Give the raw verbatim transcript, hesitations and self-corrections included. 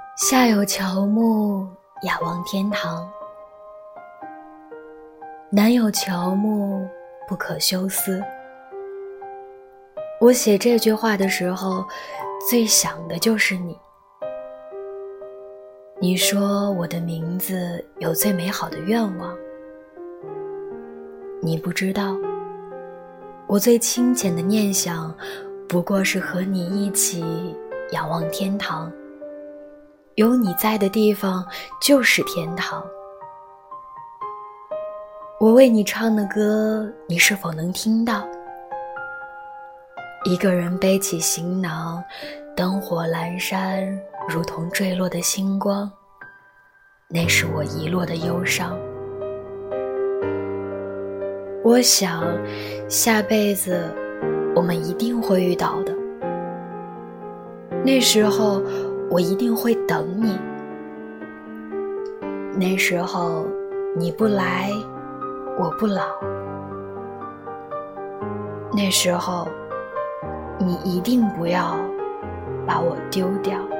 夏有乔木，雅望天堂。南有乔木，不可休思。我写这句话的时候，最想的就是你。你说我的名字有最美好的愿望，你不知道，我最清浅的念想，不过是和你一起仰望天堂。有你在的地方就是天堂。我为你唱的歌，你是否能听到？一个人背起行囊，灯火阑珊，如同坠落的星光，那是我遗落的忧伤。我想下辈子我们一定会遇到的，那时候我一定会等你，那时候你不来我不老，那时候你一定不要把我丢掉。